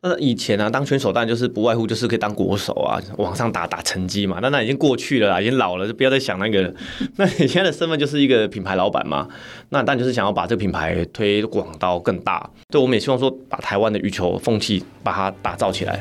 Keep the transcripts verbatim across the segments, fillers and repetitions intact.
那以前啊，当选手当然就是不外乎就是可以当国手啊，往上打打成绩嘛。那那已经过去了啦，已经老了，就不要再想那个了。那你现在的身份就是一个品牌老板嘛，那当然就是想要把这个品牌推广到更大。对，我们也希望说把台湾的羽球风气把它打造起来。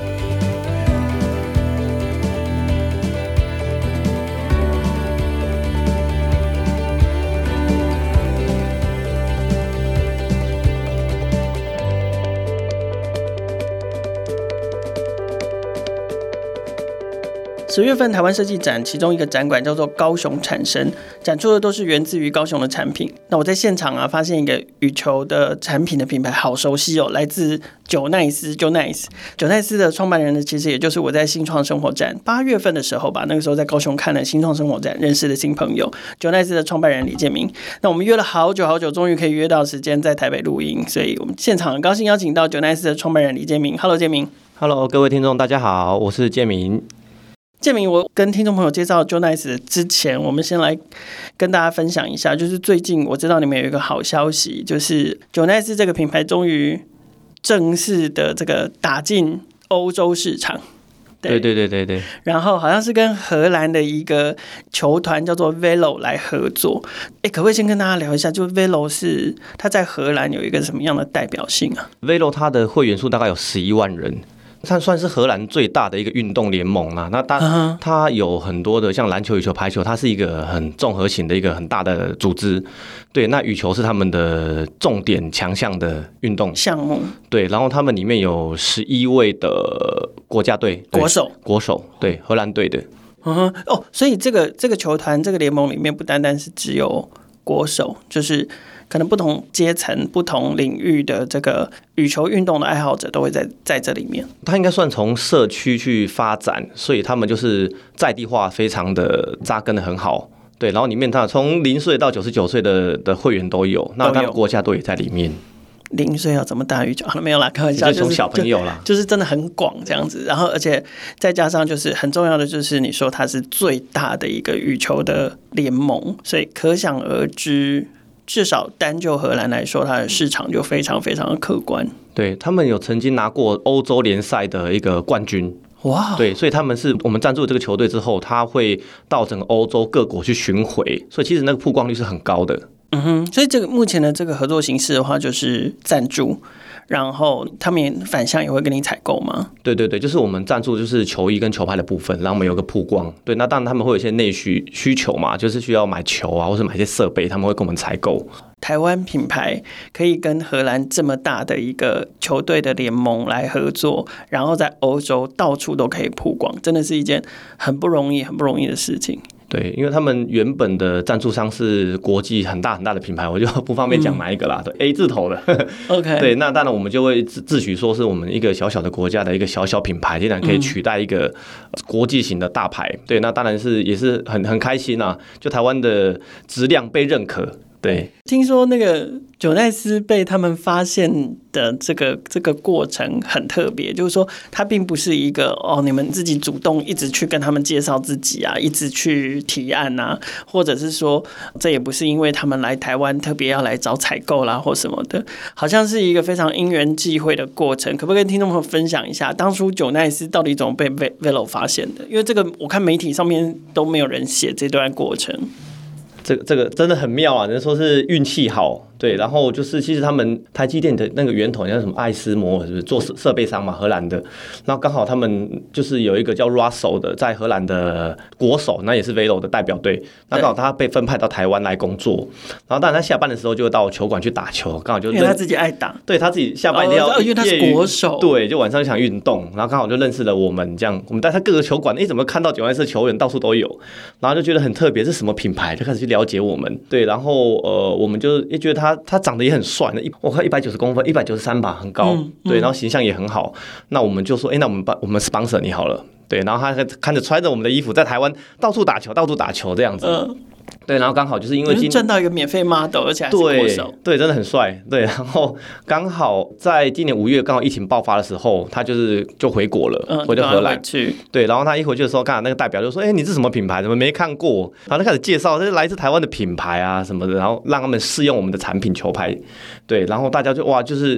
十月份台湾设计展，其中一个展馆叫做高雄产生，展出的都是源自于高雄的产品。那我在现场啊，发现一个羽球的产品的品牌，好熟悉哦，来自九奈斯 ，Jo Nice。九奈斯的创办人呢，其实也就是我在新创生活展八月份的时候吧，那个时候在高雄看了新创生活展认识的新朋友，九奈斯的创办人李建明。那我们约了好久好久，终于可以约到时间在台北录音，所以我们现场很高兴邀请到九奈斯的创办人李建明。Hello， 建明。 Hello， 各位听众，大家好，我是建明。 建明，我跟听众朋友介绍 Jo Nice 之前，我们先来跟大家分享一下，就是最近我知道你们有一个好消息，就是 Jo Nice 这个品牌终于正式的这个打进欧洲市场。 对对对对对。 然后好像是跟荷兰的一个球团叫做 Velo 来合作。哎，可不可以先跟大家聊一下，就 Velo 是它在荷兰有一个什么样的代表性啊 ？Velo 它的会员数大概有十一万人。它算是荷兰最大的一个运动联盟啦。那它它有很多的像篮球、羽球、排球，它是一个很综合型的一个很大的组织。对，那羽球是他们的重点强项的运动项目。 对，然后他们里面有十一位的国家队国手， 国手对荷兰队的。 嗯哦，所以这个这个球团这个联盟里面不单单是只有国手，就是可能不同阶层、不同领域的这个羽球运动的爱好者都会在在这里面。 他应该算从社区去发展，所以他们就是在地化非常的扎根的很好。对，然后里面他从零岁到九十九岁的的会员都有，那他们国家队也在里面。 零岁要怎么打羽球？没有啦，开玩笑， 就是从小朋友啦， 就，就是真的很广这样子。然后，而且再加上就是很重要的，就是你说它是最大的一个羽球的联盟，所以可想而知。至少单就荷兰来说，它的市场就非常非常的可观。 对，他们有曾经拿过欧洲联赛的一个冠军。 哇！ 对，所以他们是我们赞助这个球队之后，他会到整个欧洲各国去巡回，所以其实那个曝光率是很高的。 嗯哼，所以这个目前的这个合作形式的话，就是赞助。然后他们也反向也会跟你采购吗？ 对对对，就是我们赞助就是球衣跟球拍的部分，然后我们有个曝光。对，那当然他们会有一些内需需求嘛，就是需要买球啊，或是买一些设备，他们会跟我们采购。 台湾品牌可以跟荷兰这么大的一个球队的联盟来合作，然后在欧洲到处都可以曝光，真的是一件很不容易、很不容易的事情。 对，因为他们原本的赞助商是国际很大很大的品牌，我就不方便讲哪一个啦。对 ，A 字头的。 OK。 对，那当然我们就会自自诩说是我们一个小小的国家的一个小小品牌，竟然可以取代一个国际型的大牌。对，那当然是也是很很开心啊，就台湾的质量被认可。对， 听说那个九奈斯被他们发现的这个这个过程很特别，就是说他并不是一个哦，你们自己主动一直去跟他们介绍自己啊，一直去提案啊，或者是说这也不是因为他们来台湾特别要来找采购啦或什么的，好像是一个非常因缘际会的过程。可不可以跟听众朋友分享一下，当初九奈斯到底怎么被 Velo 发现的？因为这个我看媒体上面都没有人写这段过程。 这个这个真的很妙啊！人说是运气好，对，然后就是其实他们台积电的那个源头叫什么艾斯摩尔，是不是做设备商嘛，荷兰的。然后刚好他们就是有一个叫 Russell 的，在荷兰的国手，那也是 Velo 的代表队。那刚好他被分派到台湾来工作，然后当然他下班的时候就到球馆去打球，刚好就因为他自己爱打， 对他自己下班一定要、 哦，因为他是国手， 对，就晚上想运动，然后刚好就认识了我们这样，我们在他各个球馆，哎，怎么看到九奈斯球员到处都有，然后就觉得很特别，这是什么品牌，就开始去了解我们，对，然后呃，我们就也觉得他他长得也很帅，我看一百九十公分，一百九十三吧，很高，嗯嗯、对，然后形象也很好，那我们就说，哎，那我们帮我们 sponsor 你好了，对，然后他看着穿着我们的衣服在台湾到处打球，到处打球这样子。呃对，然后刚好就是因为今赚到一个免费 model， 而且还是国手， 对，真的很帅。对，然后刚好在今年五月刚好疫情爆发的时候，他就是就回国了，嗯、回到荷兰去。 对，然后他一回去的时候，刚好那个代表就说：“哎，你是什么品牌？怎么没看过？”然后他开始介绍，这是来自台湾的品牌啊什么的，然后让他们试用我们的产品球拍。对，然后大家就哇，就是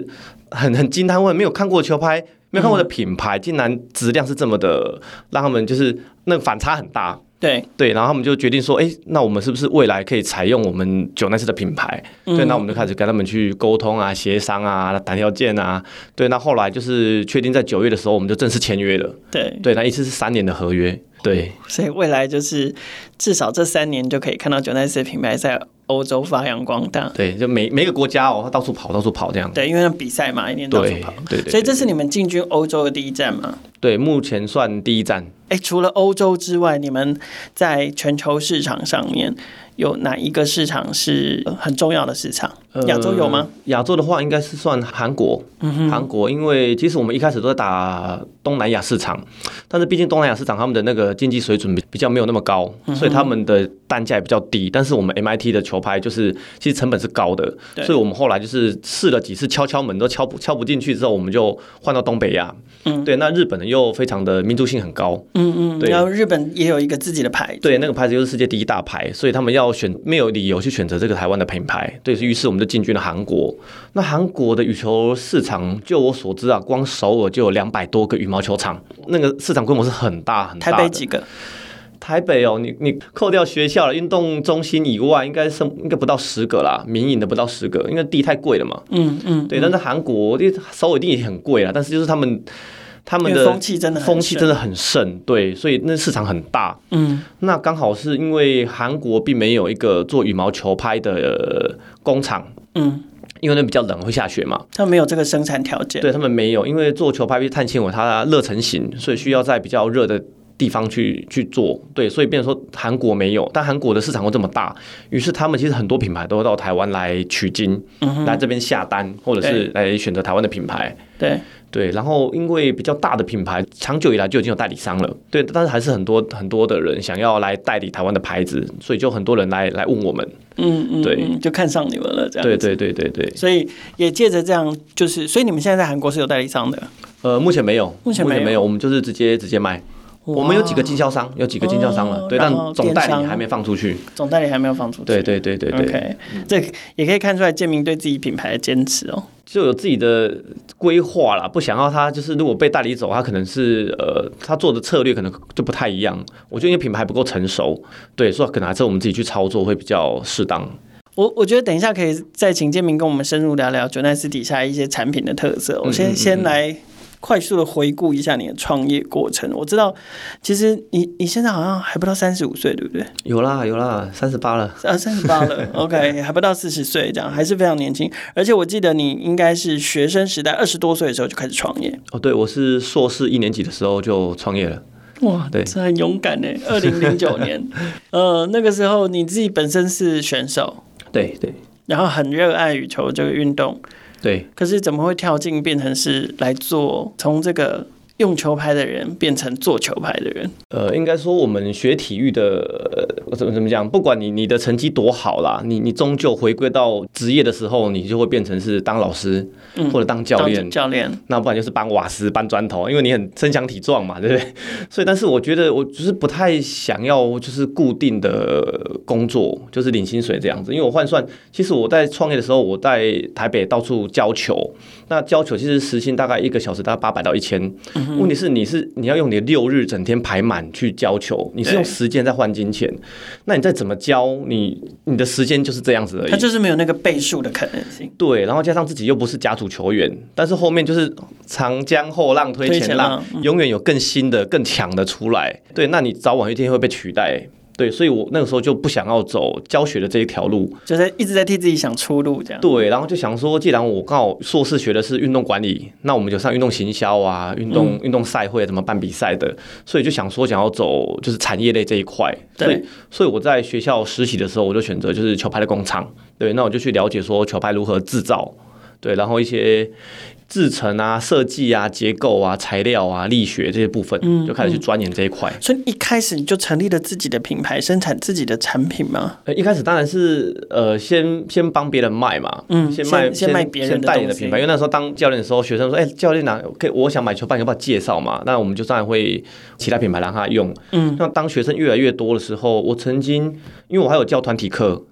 很很惊叹，我没有看过球拍，没有看过的品牌，竟然质量是这么的，让他们就是那个反差很大。 对对，然后他们就决定说，哎，那我们是不是未来可以采用我们九奈斯的品牌？嗯、对，那我们就开始跟他们去沟通啊、协商啊、谈条件啊。对，那后来就是确定在九月的时候，我们就正式签约了。 对对，那一次是三年的合约。对， 所以未来就是至少这三年就可以看到九奈斯的品牌在欧洲发扬光大。 对，就每每个国家哦，他到处跑，到处跑这样。 对，因为那比赛嘛，一年到处跑。 对 对, 对, 对。 所以这是你们进军欧洲的第一站吗？ 对，目前算第一站。 哎，除了欧洲之外，你们在全球市场上面有哪一个市场是很重要的市场？亚洲有吗？ 亚、呃、洲的话，应该是算韩国。嗯、韩国，因为其实我们一开始都在打东南亚市场，但是毕竟东南亚市场他们的那个经济水准比较没有那么高，嗯、所以他们的单价也比较低。但是我们 M I T 的球拍就是其实成本是高的，所以我们后来就是试了几次敲敲门都敲不敲不进去之后，我们就换到东北亚。嗯，对，那日本呢又非常的民族性很高。嗯嗯，对，然后日本也有一个自己的牌子， 对，那个牌子又是世界第一大牌，所以他们要选没有理由去选择这个台湾的品牌，对，于是我们就进军了韩国。那韩国的羽球市场，就我所知啊，光首尔就有两百多个羽毛球场，那个市场规模是很大很大的。 台北几个？ 台北哦，你你扣掉学校了运动中心以外，应该是应该不到十个啦，民营的不到十个，因为地太贵了嘛。嗯嗯，对，但是韩国首尔一定也很贵啦，但是就是他们。他们的风气真的风气真的很盛，对，所以那市场很大。嗯，那刚好是因为韩国并没有一个做羽毛球拍的工厂，嗯，因为那比较冷，会下雪嘛， 他们没有这个生产条件。 对他们没有，因为做球拍必须碳纤维，它热成型，所以需要在比较热的地方去去做，对，所以变成说韩国没有，但韩国的市场又这么大，于是他们其实很多品牌都会到台湾来取经，嗯、来这边下单，或者是来选择台湾的品牌， 对。 对，然后因为比较大的品牌，长久以来就已经有代理商了，对，但是还是很多很多的人想要来代理台湾的牌子，所以就很多人来来问我们， 嗯嗯， 对， 就看上你们了，这样， 对对对对对， 所以也借着这样，就是所以你们现在在韩国是有代理商的？ 呃，目前没有， 目前没有， 没有，我们就是直接直接卖。我们有几个经销商，有几个经销商了，哦、对，但总代理还没放出去。 总代理还没有放出去。 对对对对对。 OK， 这也可以看出来建明对自己品牌的坚持哦。 就有自己的规划啦，不想要他就是如果被代理走，他可能是呃他做的策略可能就不太一样。我觉得因为品牌不够成熟，对，所以可能还是我们自己去操作会比较适当。 我我觉得等一下可以再请建明跟我们深入聊聊九奈斯底下一些产品的特色。我先、嗯嗯嗯、先来。快速的回顾一下你的创业过程。我知道，其实你你现在好像还不到三十五岁，对不对？ 有啦有啦，三十八了。 啊，三十八了。OK， 还不到四十岁，这样还是非常年轻。而且我记得你应该是学生时代二十多岁的时候就开始创业。 哦，对，我是硕士一年级的时候就创业了。 哇，对，这很勇敢哎！二零零九年，呃，那个时候你自己本身是选手， 对对， 然后很热爱羽球这个运动。 对， 可是怎么会跳进变成是来做从这个用球拍的人变成做球拍的人？ 呃，应该说我们学体育的，呃、怎么怎么讲？不管你你的成绩多好啦，你你终究回归到职业的时候，你就会变成是当老师、嗯、或者当教练。 教练， 那不然就是搬瓦斯、搬砖头，因为你很身强体壮嘛，对不对？所以，但是我觉得我就是不太想要就是固定的工作，就是领薪水这样子。因为我换算，其实我在创业的时候，我在台北到处教球，那教球其实时薪大概一个小时大概八百到一千。嗯问题是你是你要用你的六日整天排满去教球，你是用时间在换金钱，那你再怎么教你你的时间就是这样子而已， 它就是没有那个倍数的可能性。 对，然后加上自己又不是甲组球员，但是后面就是长江后浪推前浪，嗯、永远有更新的更强的出来。对，那你早晚一天会被取代。对，所以我那个时候就不想要走教学的这一条路， 就是一直在替自己想出路这样。 对，然后就想说，既然我刚好硕士学的是运动管理，那我们就上运动行销啊，运动、嗯、运动赛会怎么办比赛的，所以就想说想要走就是产业类这一块。所以，所以我在学校实习的时候，我就选择就是球拍的工厂。对，那我就去了解说球拍如何制造，对，然后一些制成啊、设计啊、结构啊、材料啊、力学这些部分，就开始去钻研这一块、嗯嗯。 所以一开始你就成立了自己的品牌，生产自己的产品吗？ 呃，一开始当然是呃，先先帮别人卖嘛，嗯，先卖先卖别人的代言的品牌。因为那时候当教练的时候，学生说：“哎、欸，教练啊，可以，我想买球拍，你要不要介绍嘛？”那我们就当然会其他品牌让他用。嗯，那当学生越来越多的时候，我曾经因为我还有教团体课，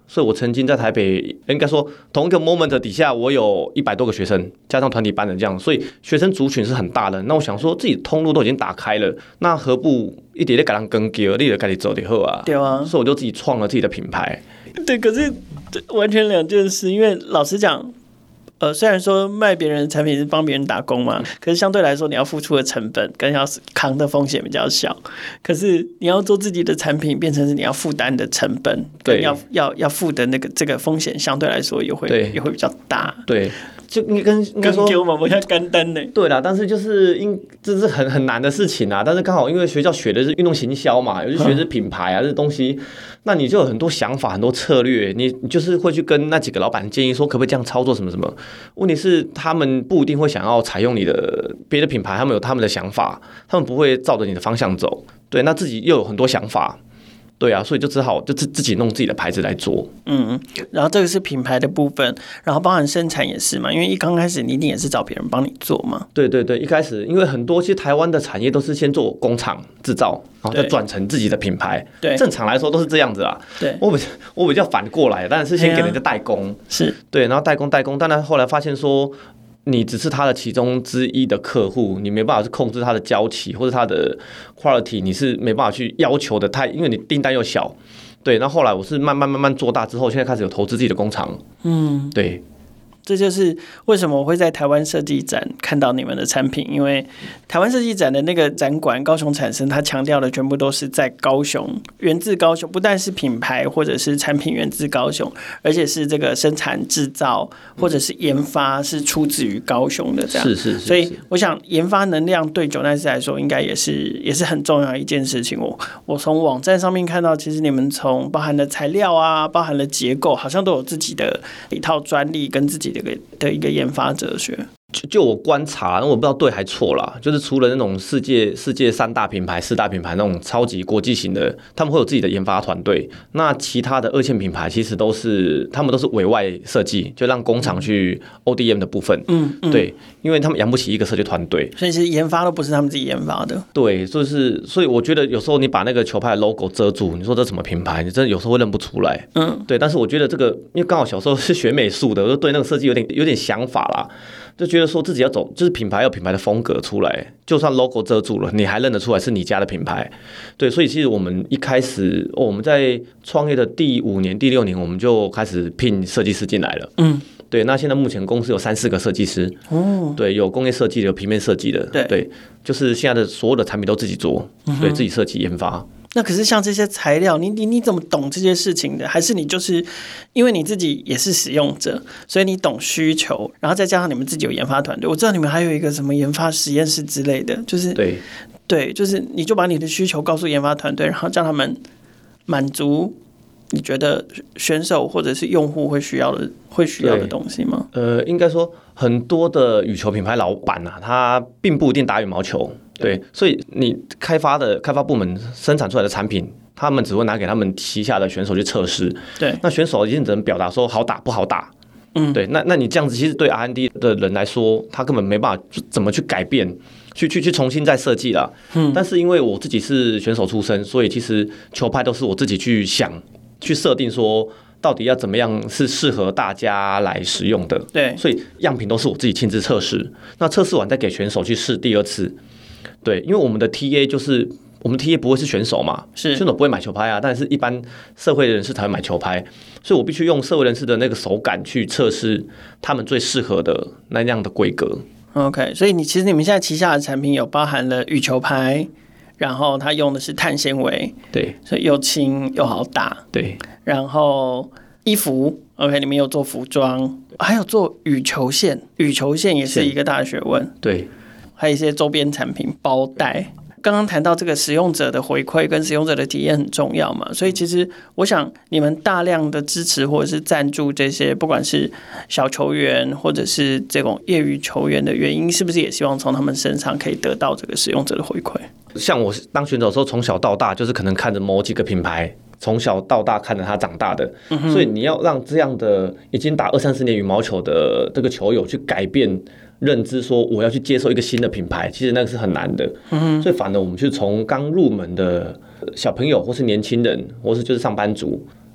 所以我曾经在台北，应该说同一个 moment 底下，我有一百多个学生，加上团体班的这样，所以学生族群是很大的。那我想说，自己通路都已经打开了，那何不一点点给人跟丢，你就赶紧走就好啊？ 对啊， 所以我就自己创了自己的品牌。 对，可是完全两件事，因为老实讲。呃，虽然说卖别人的产品是帮别人打工嘛，可是相对来说，你要付出的成本跟要扛的风险比较小。可是你要做自己的产品，变成是你要负担的成本，跟要要要付的那个这个风险，相对来说也会也会比较大。 对。就应该应该说， 嘛，不像干单呢。 对啦，但是就是因这是很很难的事情啊。但是刚好因为学校学的是运动行销嘛，有些学的是品牌啊这东西，那你就有很多想法、很多策略，你你就是会去跟那几个老板建议说，可不可以这样操作什么什么。问题是他们不一定会想要采用你的别的品牌，他们有他们的想法，他们不会照着你的方向走。对，那自己又有很多想法。对啊，所以就只好就自自己弄自己的牌子来做。 嗯，然后这个是品牌的部分，然后包含生产也是嘛，因为一刚开始你一定也是找别人帮你做嘛。 对对对，一开始因为很多其实台湾的产业都是先做工厂制造，然后再转成自己的品牌。 对， 正常来说都是这样子啦。 对， 我比我比较反过来，当然是先给人家代工。啊、 是对，然后代工代工，但是后来发现说。你只是他的其中之一的客户，你没办法去控制他的交期或者他的 quality， 你是没办法去要求的太，因为你订单又小，对。然后后来我是慢慢慢慢做大之后，现在开始有投资自己的工厂，嗯，对。 这就是为什么我会在台湾设计展看到你们的产品，因为台湾设计展的那个展馆高雄产生，它强调的全部都是在高雄，源自高雄，不但是品牌或者是产品源自高雄，而且是这个生产制造或者是研发是出自于高雄的这样。 是是是。 所以我想研发能量对九奈斯来说，应该也是也是很重要的一件事情。我我从网站上面看到，其实你们从包含了材料啊，包含了结构，好像都有自己的一套专利跟自己的的一个研发哲学。 就就我观察，我不知道对还错啦。就是除了那种世界世界三大品牌、四大品牌那种超级国际型的，他们会有自己的研发团队。那其他的二线品牌其实都是他们都是委外设计，就让工厂去 O D M 的部分。嗯，嗯对，因为他们养不起一个设计团队， 所以其实研发都不是他们自己研发的。 对，就是所以我觉得有时候你把那个球拍的 logo 遮住，你说这什么品牌，你真的有时候会认不出来。嗯，对。但是我觉得这个，因为刚好小时候是学美术的，我就对那个设计有点有点想法啦。就觉得说自己要走，就是品牌有品牌的风格出来，就算 logo 遮住了，你还认得出来是你家的品牌。对，所以其实我们一开始，哦、我们在创业的第五年、第六年，我们就开始聘设计师进来了。嗯，对。那现在目前公司有三四个设计师，哦，对，有工业设计的，有平面设计的，对，对，就是现在的所有的产品都自己做，嗯、对自己设计研发。 那可是像这些材料，你你你怎么懂这些事情的？还是你就是因为你自己也是使用者，所以你懂需求，然后再加上你们自己有研发团队。我知道你们还有一个什么研发实验室之类的，就是对对，就是你就把你的需求告诉研发团队，然后叫他们满足你觉得选手或者是用户会需要的会需要的东西吗？ 呃，应该说很多的羽球品牌老板啊，他并不一定打羽毛球。对，所以你开发的开发部门生产出来的产品，他们只会拿给他们旗下的选手去测试。 对， 那选手一定只能表达说好打不好打。嗯，对，那那你这样子，其实对 R and D 的人来说，他根本没办法怎么去改变，去去去重新再设计啦。嗯，但是因为我自己是选手出身，所以其实球拍都是我自己去想、去设定说。到底要怎么样是适合大家来使用的？ 对， 所以样品都是我自己亲自测试。那测试完再给选手去试第二次。对，因为我们的 T A 就是我们 T A 不会是选手嘛， 是选手不会买球拍啊，但是一般社会人士才会买球拍，所以我必须用社会人士的那个手感去测试他们最适合的那样的规格。 OK， 所以你其实你们现在旗下的产品有包含了羽球拍。然后它用的是碳纤维， 对， 所以又轻又好打， 对。 然后衣服 ，OK， 你们有做服装，还有做羽球线，羽球线也是一个大学问， 对。 还有一些周边产品，包带。刚刚谈到这个使用者的回馈跟使用者的体验很重要嘛，所以其实我想你们大量的支持或者是赞助这些不管是小球员或者是这种业余球员的原因，是不是也希望从他们身上可以得到这个使用者的回馈？ 像我当选手的时候，从小到大就是可能看着某几个品牌，从小到大看着他长大的，嗯、所以你要让这样的已经打二三十年羽毛球的这个球友去改变认知，说我要去接受一个新的品牌，其实那个是很难的。嗯、所以反而我们就从刚入门的小朋友，或是年轻人，或是就是上班族，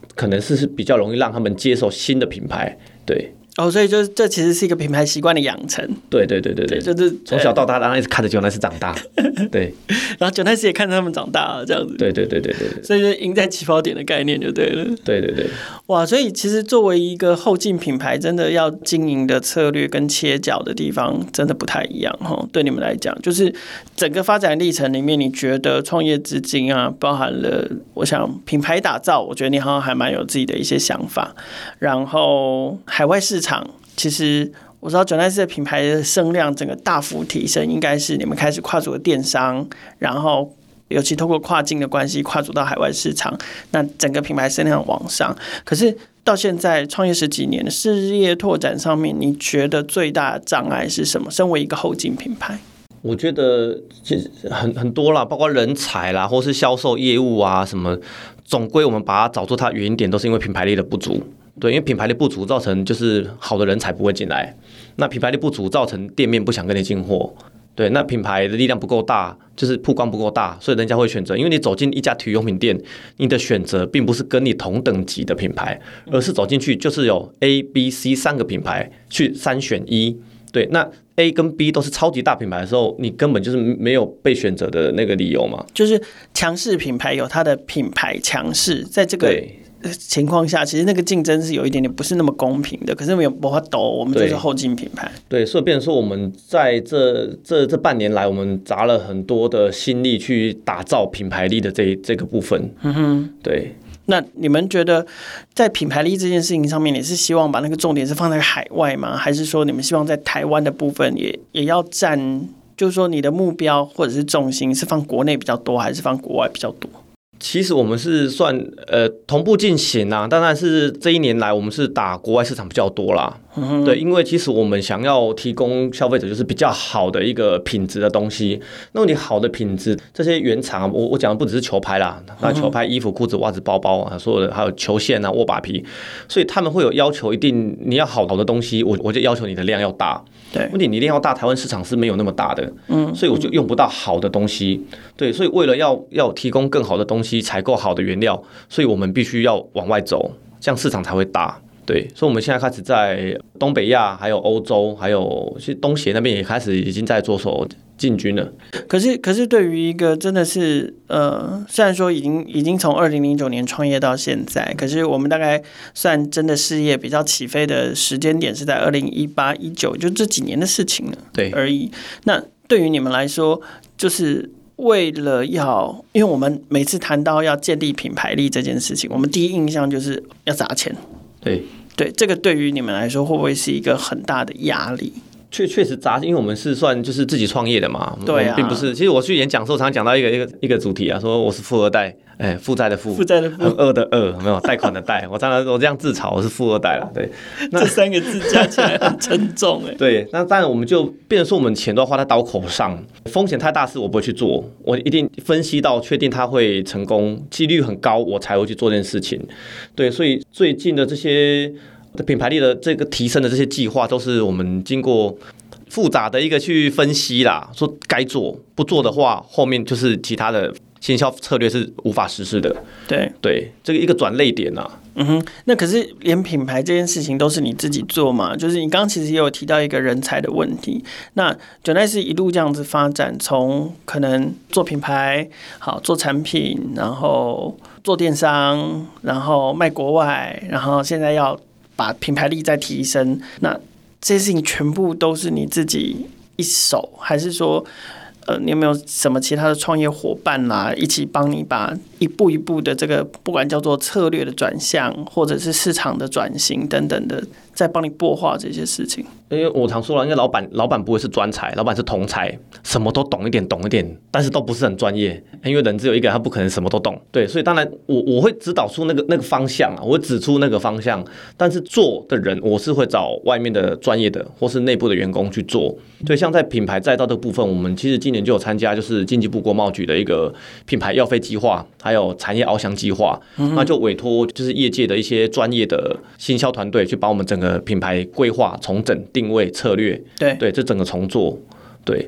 可能是比较容易让他们接受新的品牌，对。 哦，所以就是这其实是一个品牌习惯的养成。 对对对对对， 就是从小到大，当然一直看着九奈斯长大，对。 然后九奈斯也看着他们长大，这样子。 对对对对对对。 所以就赢在起跑点的概念就对了。 对对对。 哇，所以其实作为一个后进品牌，真的要经营的策略跟切角的地方真的不太一样哈。对你们来讲，就是整个发展历程里面，你觉得创业资金啊，包含了我想品牌打造，我觉得你好像还蛮有自己的一些想法。然后海外市场。其实我知道九奈斯的品牌的声量整个大幅提升，应该是你们开始跨足了电商，然后尤其透过跨境的关系跨足到海外市场，那整个品牌声量往上。可是到现在创业十几年，事业拓展上面，你觉得最大的障碍是什么？身为一个后进品牌， 我觉得其实很很多啦，包括人才啦，或是销售业务啊什么，总归我们把它找出它的原因点，都是因为品牌力的不足。对，因为品牌力不足造成就是好的人才不会进来，那品牌力不足造成店面不想跟你进货，对，那品牌的力量不够大，就是曝光不够大，所以人家会选择。因为你走进一家体育用品店，你的选择并不是跟你同等级的品牌，而是走进去就是有 A、B、C 三个品牌去三选一。对，那 A 跟 B 都是超级大品牌的时候，你根本就是没有被选择的那个理由嘛。 就是强势品牌有它的品牌强势，在这个情况下，其实那个竞争是有一点点不是那么公平的。可是没有办法抖，我们就是后进品牌。 对，所以变成说我们在这这这半年来，我们砸了很多的心力去打造品牌力的这这个部分。嗯哼，对。 那你们觉得在品牌力这件事情上面，你是希望把那个重点是放在海外吗？还是说你们希望在台湾的部分也也要占？就是说你的目标或者是重心是放国内比较多，还是放国外比较多？ 其实我们是算呃同步进行啊，当然是这一年来我们是打国外市场比较多啦。嗯、对，因为其实我们想要提供消费者就是比较好的一个品质的东西。那你好的品质，这些原厂，我我讲的不只是球拍啦，那球拍、衣服、裤子、袜子、包包啊，所有的还有球线啊、握把皮，所以他们会有要求，一定你要好的东西，我我就要求你的量要大。 对， 问题你量要大，台湾市场是没有那么大的，嗯，所以我就用不到好的东西。对，所以为了要要提供更好的东西，采购好的原料，所以我们必须要往外走，这样市场才会大。对，所以我们现在开始在东北亚、还有欧洲、还有其实东协那边也开始已经在着手进军了。 可是，可是对于一个真的是呃，虽然说已经已经从二零零九年创业到现在，可是我们大概算真的事业比较起飞的时间点是在二零一八、一九，就这几年的事情了，对而已。那对于你们来说，就是为了要，因为我们每次谈到要建立品牌力这件事情，我们第一印象就是要砸钱。 对对，这个对于你们来说会不会是一个很大的压力？ 确确实砸，因为我们是算就是自己创业的嘛， 对啊， 并不是。其实我去演讲的时候，常常讲到一个一个一个主题啊，说我是富二代，哎，负债的负， 负债的负， 很饿的饿，没有贷款的贷。我常常我这样自嘲，我是富二代了。对， 这三个字加起来很沉重哎。 对，那当然我们就变成说，我们钱都要花在刀口上，风险太大是我不会去做，我一定分析到确定它会成功，几率很高，我才会去做这件事情。对，所以最近的这些品牌力的这个提升的这些计划，都是我们经过复杂的一个去分析啦，说该做，不做的话，后面就是其他的行销策略是无法实施的。 对对，这个一个转捩点啊。 嗯哼，那可是连品牌这件事情都是你自己做嘛？就是你刚刚其实也有提到一个人才的问题。那九奈斯一路这样子发展，从可能做品牌，好做产品，然后做电商，然后卖国外，然后现在要把品牌力再提升，那这些事情全部都是你自己一手，还是说，呃，你有没有什么其他的创业伙伴啦、啊，一起帮你把一步一步的这个，不管叫做策略的转向，或者是市场的转型等等的，再帮你擘画这些事情？ 因为我常说了，因为老板老板不会是专才，老板是通才，什么都懂一点，懂一点，但是都不是很专业。因为人只有一个人，他不可能什么都懂。对，所以当然我我会指导出那个那个方向啊，我会指出那个方向，但是做的人我是会找外面的专业的或是内部的员工去做。对，像在品牌再造这部分，我们其实今年就有参加，就是经济部国贸局的一个品牌药费计划，还有产业翱翔计划，嗯、那就委托就是业界的一些专业的行销团队去把我们整个品牌规划、重整、定位、策略， 对对，这整个重做，对。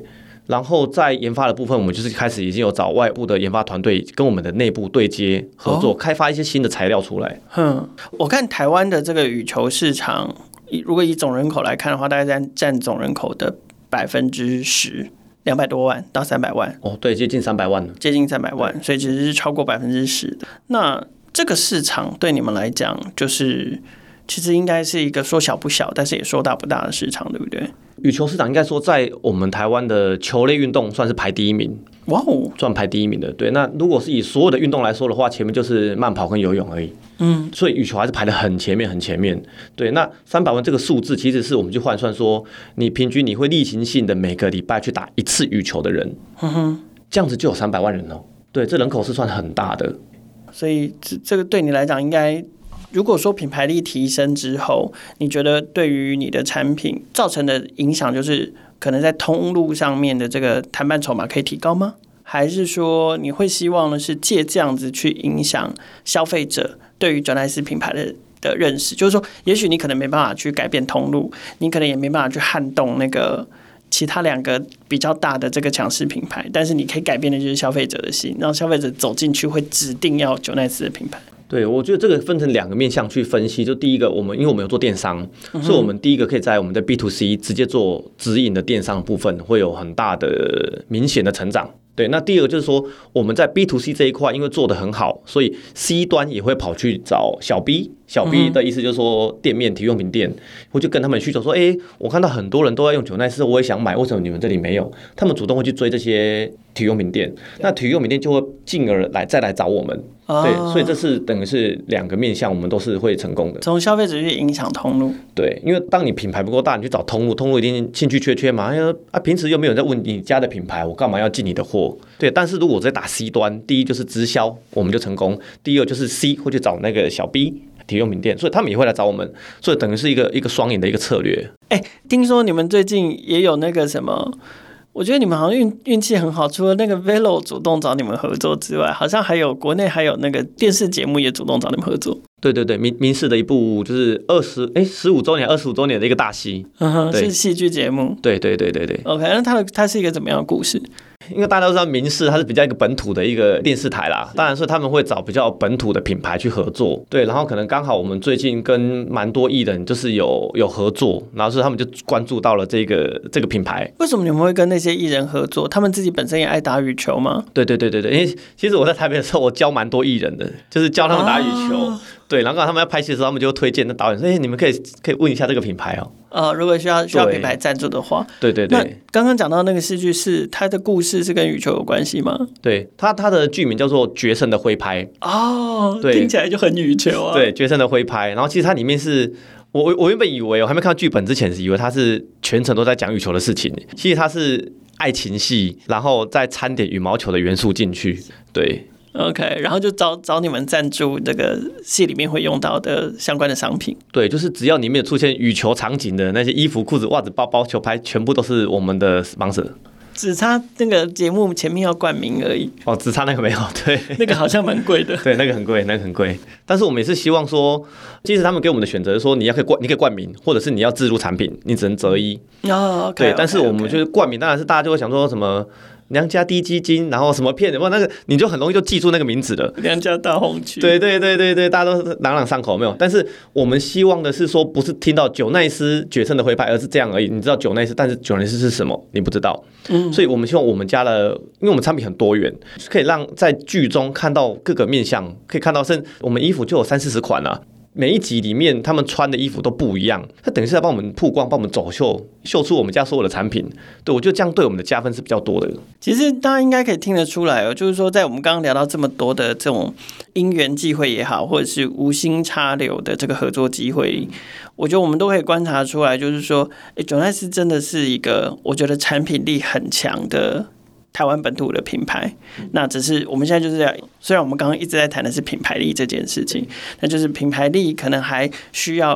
然后在研发的部分，我们就是开始已经有找外部的研发团队跟我们的内部对接合作，哦、开发一些新的材料出来。 嗯，我看台湾的这个羽球市场，如果以总人口来看的话，大概占占总人口的百分之十，两百多万到三百万。 哦，对，接近三百万了， 接近三百万，所以其实是超过百分之十的。那这个市场对你们来讲，就是其实应该是一个说小不小，但是也说大不大的市场，对不对？ 羽球市场应该说在我们台湾的球类运动算是排第一名， 哇哦， 算排第一名的。对，那如果是以所有的运动来说的话，前面就是慢跑跟游泳而已。嗯，所以羽球还是排得很前面，很前面。对，那三百万这个数字，其实是我们就换算说，你平均你会例行性的每个礼拜去打一次羽球的人，嗯哼，这样子就有三百万人哦。对，这人口是算很大的。 所以这这个对你来讲应该。如果说品牌力提升之后，你觉得对于你的产品造成的影响，就是可能在通路上面的这个谈判筹码可以提高吗？还是说你会希望的是借这样子去影响消费者对于九奈斯品牌的的认识？就是说，也许你可能没办法去改变通路，你可能也没办法去撼动那个其他两个比较大的这个强势品牌，但是你可以改变的就是消费者的心，让消费者走进去会指定要九奈斯的品牌。 对，我觉得这个分成两个面向去分析。就第一个，我们因为我们有做电商，嗯、所以我们第一个可以在我们的 B to C 直接做直营的电商的部分，会有很大的明显的成长。对，那第二个就是说，我们在 B to C 这一块，因为做得很好，所以 C 端也会跑去找小 B。小 B 的意思就是说，店面、体育用品店，我就跟他们需求说，哎，我看到很多人都在用九奈斯，我也想买，为什么你们这里没有？他们主动会去追这些体育用品店，那体育用品店就会进而来再来找我们。对，所以这是等于是两个面向，我们都是会成功的。 从消费者去影响通路。 对，因为当你品牌不够大，你去找通路，通路一定兴趣缺缺嘛。哎呀，啊，平时又没有人在问你家的品牌，我干嘛要进你的货？对，但是如果我在打 C 端，第一就是直销，我们就成功；第二就是 C 会去找那个小 B。体育用品店，所以他们也会来找我们，所以等于是一个一个双赢的一个策略。 哎、欸，听说你们最近也有那个什么，我觉得你们好像运运气很好，除了那个 Velo 主动找你们合作之外，好像还有国内还有那个电视节目也主动找你们合作。 对对对，民民视的一部就是二十哎十五周年、二十五周年的一个大戏， 嗯哼，是戏剧节目。 对对对对对。 OK， 那它的它是一个怎么样的故事？ 因为大家都知道民视它是比较一个本土的一个电视台啦，当然是他们会找比较本土的品牌去合作，对，然后可能刚好我们最近跟蛮多艺人就是有有合作，然后是他们就关注到了这个这个品牌。 为什么你们会跟那些艺人合作？他们自己本身也爱打羽球吗？ 对对对对对，因为其实我在台北的时候，我教蛮多艺人的，就是教他们打羽球。啊对，然后他们要拍戏的时候，他们就会推荐那导演说：“哎，你们可以可以问一下这个品牌哦。” 呃，如果需要需要品牌赞助的话， 对对对。 那刚刚讲到那个戏剧是它的故事是跟羽球有关系吗？ 对，它它的剧名叫做《决胜的挥拍》 哦，听起来就很羽球啊。 对，《决胜的挥拍》，然后其实它里面是我我原本以为我还没看到剧本之前，是以为它是全程都在讲羽球的事情，其实它是爱情戏，然后再掺点羽毛球的元素进去，对。 OK， 然后就找找你们赞助这个戏里面会用到的相关的商品。 对，就是只要里面有出现羽球场景的那些衣服、裤子、袜子、包包、球拍，全部都是我们的 sponsor。 只差那个节目前面要冠名而已。 哦，只差那个没有，对， 那个好像蛮贵的。 对，那个很贵，那个很贵。但是我们也是希望说，其实他们给我们的选择是说，你要可以冠，你可以冠名，或者是你要置入产品，你只能择一。 哦 ，OK。 对，但是我们就是冠名，当然是大家就会想说什么。娘家滴鸡精，然后什么骗人，那个你就很容易就记住那个名字了。 娘家大红曲， 对对对对对，大家都朗朗上口，没有。但是我们希望的是说，不是听到九奈斯决胜的挥拍，而是这样而已。你知道九奈斯，但是九奈斯是什么？你不知道。嗯，所以我们希望我们家的，因为我们产品很多元，可以让在剧中看到各个面向，可以看到，甚至我们衣服就有三四十款啊。每一集里面他们穿的衣服都不一样，它等于是在帮我们曝光，帮我们走秀，秀出我们家所有的产品。对，我觉得这样对我们的加分是比较多的。 其实大家应该可以听得出来哦，就是说在我们刚刚聊到这么多的这种因缘际会也好，或者是无心插柳的这个合作机会，我觉得我们都可以观察出来，就是说，哎，九奈斯真的是一个我觉得产品力很强的台湾本土的品牌。那只是我们现在就是在，虽然我们刚刚一直在谈的是品牌力这件事情，那就是品牌力可能还需要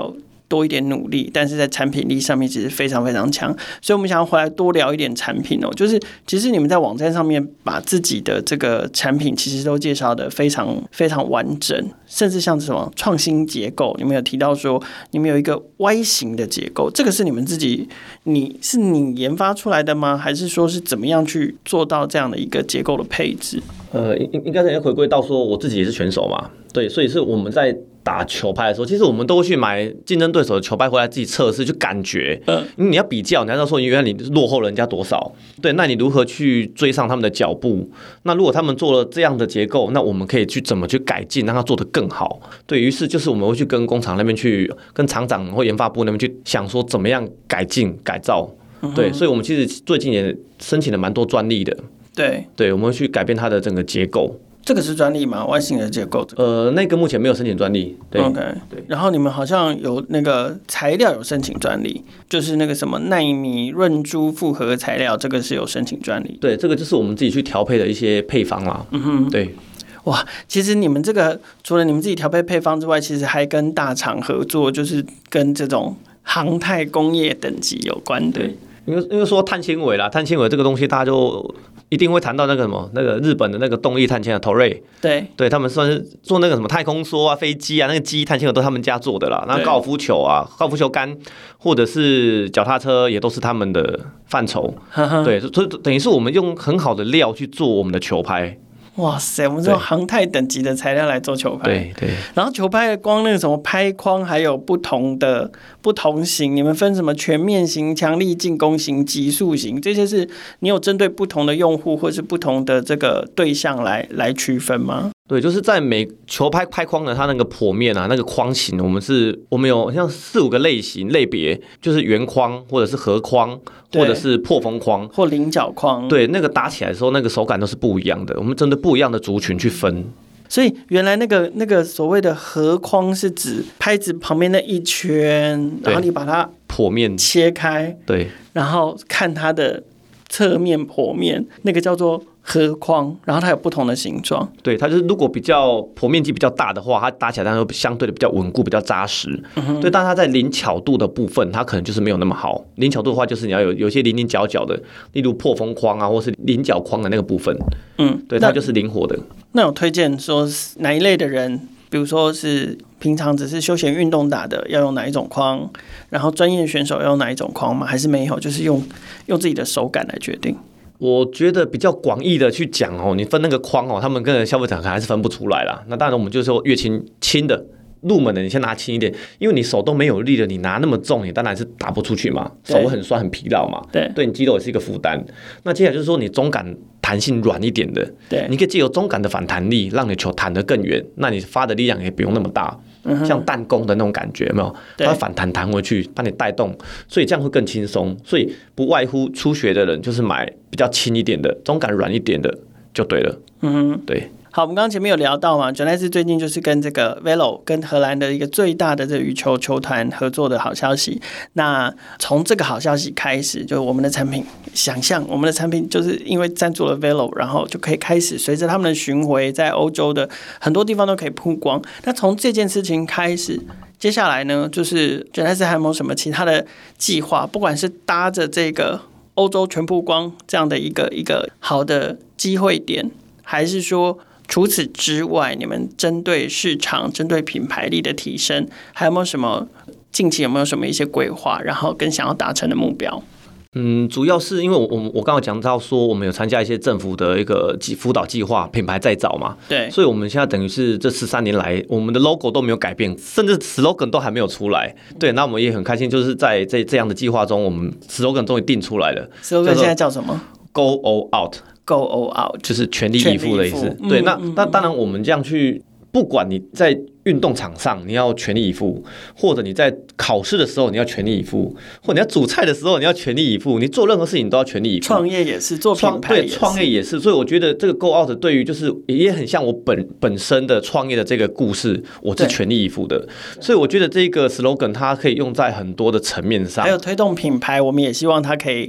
多一点努力，但是在产品力上面其实非常非常强。所以我们想要回来多聊一点产品哦，就是其实你们在网站上面把自己的这个产品其实都介绍的非常非常完整，甚至像什么创新结构，你们有提到说你们有一个 Y 型的结构，这个是你们自己你是你研发出来的吗？还是说是怎么样去做到这样的一个结构的配置？ 呃，应应该是要回归到说我自己也是选手嘛，对，所以是我们在打球拍的时候，其实我们都会去买竞争对手的球拍回来自己测试，去感觉，嗯，因为你要比较，你要知道说原来你落后了人家多少，对，那你如何去追上他们的脚步？那如果他们做了这样的结构，那我们可以去怎么去改进，让它做得更好？对，于是就是我们会去跟工厂那边去，跟厂长或研发部那边去想说怎么样改进改造，对，所以我们其实最近也申请了蛮多专利的。 对， 对，我们会去改变它的整个结构。 这个是专利吗？外形的结构、这个？呃，那个目前没有申请专利。对 ，OK， 对。然后你们好像有那个材料有申请专利，就是那个什么奈米润珠复合材料，这个是有申请专利。 对，这个就是我们自己去调配的一些配方啦。嗯哼，对。 哇，其实你们这个除了你们自己调配配方之外，其实还跟大厂合作，就是跟这种航太工业等级有关的。 对，因为因为说碳纤维啦，碳纤维这个东西，大家就一定会谈到那个什么，那个日本的那个动力碳纤维 Toray， 对，对他们算是做那个什么太空梭啊、飞机啊，那个机碳纤维都是他们家做的啦。那高尔夫球啊、高尔夫球杆或者是脚踏车也都是他们的范畴。对，所以等于是我们用很好的料去做我们的球拍。 哇塞，我们这种航太等级的材料来做球拍， 对对。 然后球拍的光那个什么拍框还有不同的不同型，你们分什么全面型、强力进攻型、极速型，这些是你有针对不同的用户或是不同的这个对象来来区分吗？ 对，就是在每球拍拍框的它那个剖面啊，那个框型，我们是，我们有像四五个类型类别，就是圆框或者是合框，或者是破风框或菱角框。 对，那个打起来的时候，那个手感都是不一样的。我们针对不一样的族群去分。 所以原来那个那个所谓的合框是指拍子旁边那一圈，然后你把它剖面切开， 对， 然后看它的侧面剖面，那个叫做合框，然后它有不同的形状。 对，它就是如果比较剖面积比较大的话，它打起来它会相对的比较稳固、比较扎实。嗯、对，但它在零巧度的部分，它可能就是没有那么好。零巧度的话，就是你要有有些零零角角的，例如破风框啊，或是菱角框的那个部分。嗯，对，它就是灵活的。 那有推荐说哪一类的人？比如说是平常只是休闲运动打的，要用哪一种框？然后专业选手要用哪一种框吗？还是没有？就是用用自己的手感来决定？ 我觉得比较广义的去讲哦，你分那个框哦，他们跟消费者还是分不出来啦。那当然我们就说越轻轻的。入门的你先拿轻一点，因为你手都没有力了，你拿那么重，你当然是打不出去嘛，手会很酸很疲劳嘛，对，对你肌肉也是一个负担。那接下来就是说你中感弹性软一点的，对，你可以借由中感的反弹力，让你球弹得更远，那你发的力量也不用那么大，嗯、像弹弓的那种感觉，有没有？它反弹弹回去，把你带动，所以这样会更轻松。所以不外乎初学的人就是买比较轻一点的，中感软一点的就对了。嗯，对。 好，我们刚刚前面有聊到嘛 ，Jonas 最近就是跟这个 Velo 跟荷兰的一个最大的这羽球球团合作的好消息。那从这个好消息开始，就我们的产品，想象我们的产品就是因为赞助了 Velo， 然后就可以开始随着他们的巡回，在欧洲的很多地方都可以曝光。那从这件事情开始，接下来呢，就是 Jonas 还有没有什么其他的计划？不管是搭着这个欧洲全曝光这样的一个一个好的机会点，还是说？除此之外，你们针对市场、针对品牌力的提升，还有没有什么近期有没有什么一些规划，然后跟想要达成的目标？ 嗯，主要是因为我我我刚刚讲到说，我们有参加一些政府的一个辅导计划，品牌再造嘛，对，所以我们现在等于是这十三年来，我们的 logo 都没有改变，甚至 slogan 都还没有出来。对，那我们也很开心，就是在这这样的计划中，我们 slogan 终于定出来了。 slogan 现在叫什么 ？Go all out。Go all out 就是全力以赴的意思。对，那那当然我们这样去，不管你在运动场上你要全力以赴，或者你在考试的时候你要全力以赴，或者你要煮菜的时候你要全力以赴，你做任何事情都要全力以赴。 创业也是，做品牌也是， 对，创业也是。所以我觉得这个 Go out 对于就是也很像我本本身的创业的这个故事，我是全力以赴的。所以我觉得这个 slogan 它可以用在很多的层面上， 还有推动品牌，我们也希望它可以。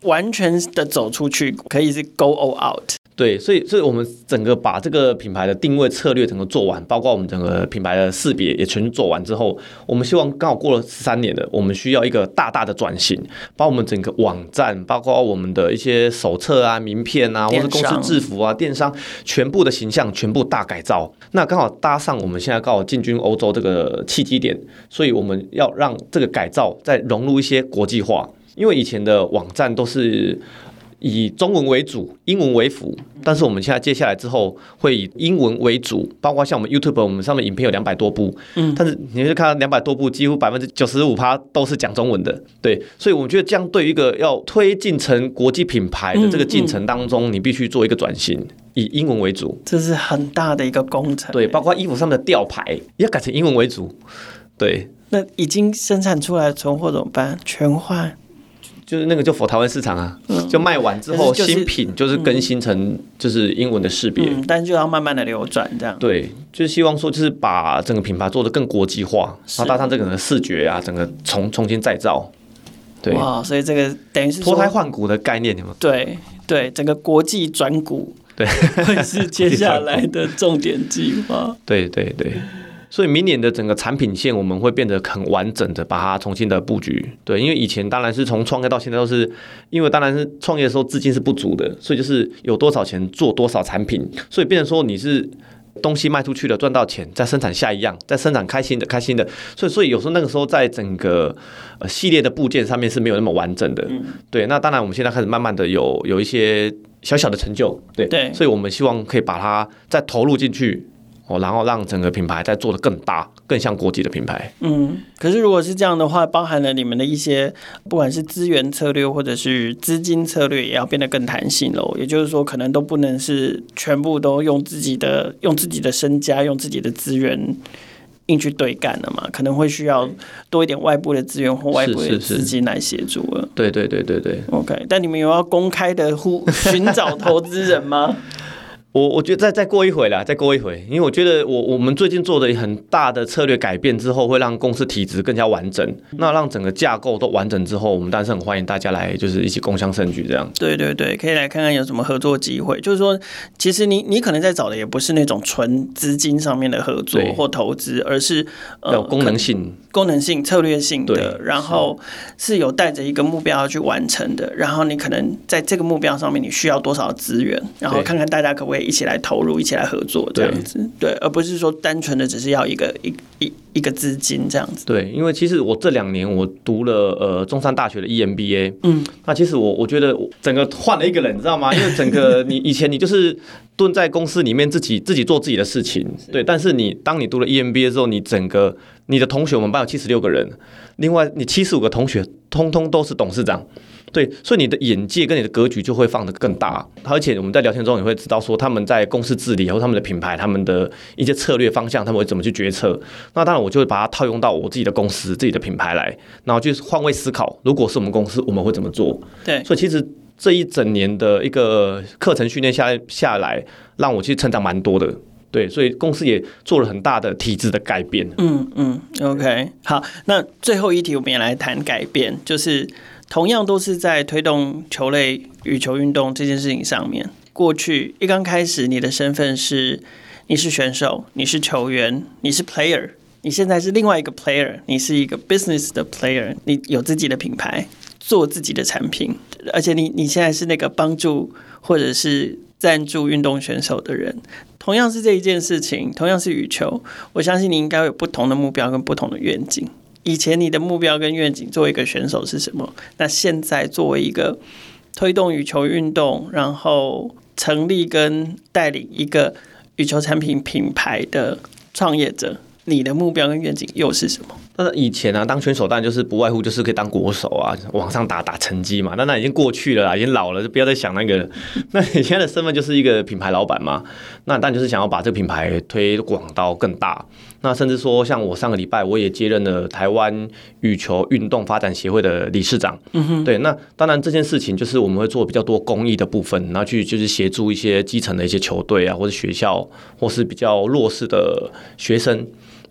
完全的走出去，可以是 go all out。 对，所以所以我们整个把这个品牌的定位策略整个做完，包括我们整个品牌的识别也全做完之后，我们希望刚好过了十三年了，我们需要一个大大的转型，把我们整个网站，包括我们的一些手册啊、名片啊，或是公司制服啊、电商全部的形象全部大改造。那刚好搭上我们现在刚好进军欧洲这个契机点，所以我们要让这个改造再融入一些国际化，因为以前的网站都是以中文为主，英文为辅，但是我们现在接下来之后会以英文为主，包括像我们 YouTube， 我们上面影片有两百多部，嗯，但是你会看到两百多部，几乎百分之九十五趴都是讲中文的，对，所以我觉得这样对于一个要推进成国际品牌的这个进程当中，嗯嗯、你必须做一个转型，以英文为主， 这是很大的一个工程， 对，包括衣服上面的吊牌也要改成英文为主，对， 那已经生产出来的存货怎么办？全换。 就是那个就 for 台湾市场啊，嗯、就卖完之后、就是、新品就是更新成就是英文的识别， 嗯，但就要慢慢的流转这样。 对，就是希望说就是把整个品牌做得更国际化，然后搭上这个视觉啊，整个重重新再造。对， 哇，所以这个等于是脱胎换骨的概念，有没有？ 对对，整个国际转股， 对， 会是接下来的重点计划。 对对对。所以明年的整个产品线我们会变得很完整的把它重新的布局，对，因为以前当然是从创业到现在都是，因为当然是创业的时候资金是不足的，所以就是有多少钱做多少产品，所以变成说你是东西卖出去了赚到钱，再生产下一样，再生产开心的开心的，所以所以有时候那个时候在整个呃系列的部件上面是没有那么完整的，嗯、对，那当然我们现在开始慢慢的有有一些小小的成就，对，对，所以我们希望可以把它再投入进去。然后让整个品牌再做得更大，更像国际的品牌。 嗯，可是如果是这样的话，包含了你们的一些不管是资源策略或者是资金策略，也要变得更弹性喽。也就是说，可能都不能是全部都用自己的用自己的身家、用自己的资源硬去对干了嘛？可能会需要多一点外部的资源或外部的资金来协助了。 对对对对对。 OK， 但你们有要公开的寻找投资人吗？ 我我觉得再再过一回啦，再过一回，因为我觉得我我们最近做的很大的策略改变之后，会让公司体质更加完整。那让整个架构都完整之后，我们当然是很欢迎大家来，就是一起共襄盛举这样。 对对对，可以来看看有什么合作机会。就是说，其实你你可能在找的也不是那种纯资金上面的合作或投资，而是呃有功能性、 功能性、策略性的，然后是有带着一个目标要去完成的。然后你可能在这个目标上面，你需要多少资源，然后看看大家可不可以一起来投入，一起来合作这样子， 对， 对，而不是说单纯的只是要一个一一一个资金这样子。 对，因为其实我这两年我读了呃中山大学的 E M B A， 嗯，那其实我我觉得整个换了一个人，你知道吗？因为整个你以前你就是蹲在公司里面自己自己做自己的事情，对，但是你当你读了 E M B A 之后，你整个你的同学，我们班有七十六个人，另外你七十五个同学通通都是董事长。对，所以你的眼界跟你的格局就会放得更大，而且我们在聊天中也会知道说他们在公司治理或他们的品牌、他们的一些策略方向，他们会怎么去决策。那当然，我就会把它套用到我自己的公司、自己的品牌来，然后去换位思考，如果是我们公司，我们会怎么做？ 对， 所以其实这一整年的一个课程训练下下来，让我其实成长蛮多的。对，所以公司也做了很大的体制的改变。 嗯嗯 ，OK， 好，那最后一题我们也来谈改变，就是同样都是在推动球类羽球运动这件事情上面。过去一刚开始，你的身份是你是选手，你是球员，你是 player， 你现在是另外一个 player， 你是一个 business 的 player， 你有自己的品牌，做自己的产品，而且你你现在是那个帮助或者是赞助运动选手的人。同样是这一件事情，同样是羽球，我相信你应该有不同的目标跟不同的愿景。以前你的目标跟愿景作为一个选手是什么？那现在作为一个推动羽球运动，然后成立跟带领一个羽球产品品牌的创业者，你的目标跟愿景又是什么？ 那以前啊，当选手当然就是不外乎就是可以当国手啊，往上打打成绩嘛。那那已经过去了啦，已经老了，就不要再想那个。那你现在的身份就是一个品牌老板嘛，那当然就是想要把这个品牌推广到更大。那甚至说，像我上个礼拜我也接任了台湾羽球运动发展协会的理事长。嗯哼，对，那当然这件事情就是我们会做比较多公益的部分，然后去就是协助一些基层的一些球队啊，或者学校，或是比较弱势的学生。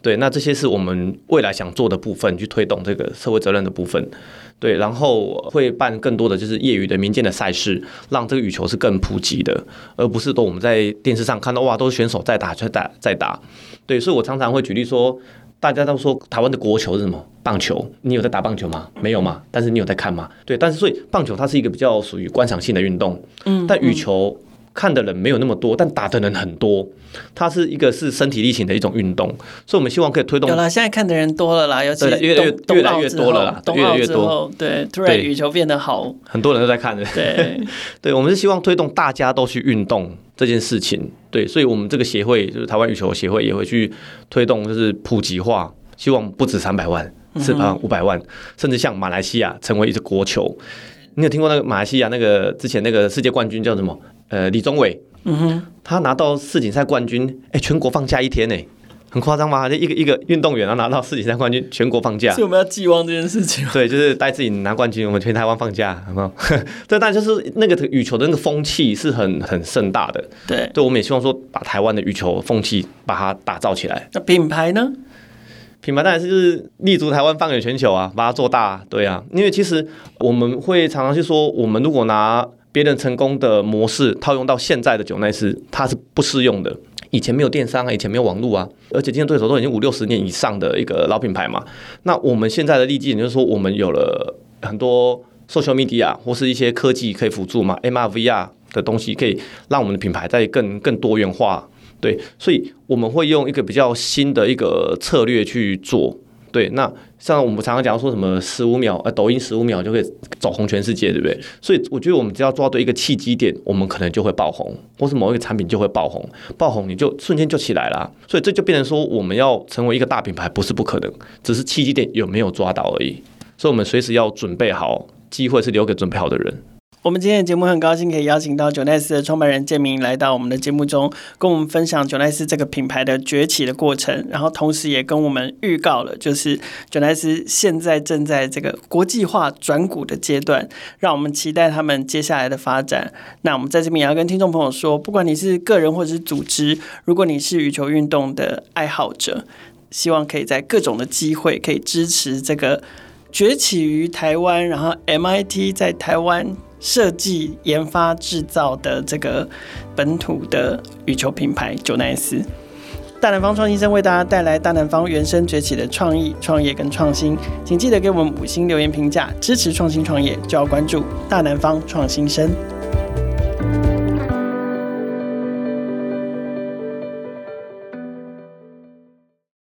对，那这些是我们未来想做的部分，去推动这个社会责任的部分。对，然后会办更多的就是业余的民间的赛事，让这个羽球是更普及的，而不是都我们在电视上看到哇，都是选手在打在打在打。对，所以我常常会举例说，大家都说台湾的国球是什么？棒球。你有在打棒球吗？没有嘛，但是你有在看吗？对，但是所以棒球它是一个比较属于观赏性的运动，嗯，但羽球看的人没有那么多，但打的人很多。它是一个是身体力行的一种运动，所以我们希望可以推动。 有啦，现在看的人多了啦，尤其越来越越来越多了啦，越来越多。 对，突然羽球变得好， 很多人都在看的。对，对，我们是希望推动大家都去运动这件事情。对，所以我们这个协会就是台湾羽球协会也会去推动，就是普及化，希望不止三百万、四百万、五百万，甚至像马来西亚成为一支国球。你有听过那个马来西亚那个之前那个世界冠军叫什么？呃，李宗伟。嗯哼，他拿到世锦赛冠军，哎、欸，全国放假一天呢、欸，很夸张吗？一个一个运动员他拿到世锦赛冠军，全国放假， 所以我们要寄望这件事情。 对，就是带自己拿冠军，我们全台湾放假，好不好？对，但就是那个羽球的那个风气是很很盛大的。 对， 对，我们也希望说把台湾的羽球风气把它打造起来。 那品牌呢？ 品牌当然是就是立足台湾，放眼全球啊，把它做大。对啊，因为其实我们会常常去说，我们如果拿别人成功的模式套用到现在的九奈斯，它是不适用的。以前没有电商啊，以前没有网络啊，而且竞争对手都已经五六十年以上的一个老品牌嘛。那我们现在的利基点就是说，我们有了很多 social media 或是一些科技可以辅助嘛 ，M R V R 的东西可以让我们的品牌再更更多元化。对，所以我们会用一个比较新的一个策略去做。对，那像我们常常讲说什么十五秒，呃，抖音十五秒就可以走红全世界，对不对？所以我觉得我们只要抓对一个契机点，我们可能就会爆红，或是某一个产品就会爆红，爆红你就瞬间就起来了。所以这就变成说，我们要成为一个大品牌不是不可能，只是契机点有没有抓到而已。所以我们随时要准备好，机会是留给准备好的人。 我们今天的节目很高兴可以邀请到九奈斯的创办人建明来到我们的节目中，跟我们分享九奈斯这个品牌的崛起的过程，然后同时也跟我们预告了，就是九奈斯现在正在这个国际化转股的阶段，让我们期待他们接下来的发展。那我们在这边也要跟听众朋友说，不管你是个人或者是组织，如果你是羽球运动的爱好者，希望可以在各种的机会可以支持这个崛起于台湾，然后 M I T 在台湾设计、研发、制造的这个本土的羽球品牌九奈斯。大南方创新生为大家带来大南方原生崛起的创意、创业跟创新，请记得给我们五星留言评价，支持创新创业就要关注大南方创新生。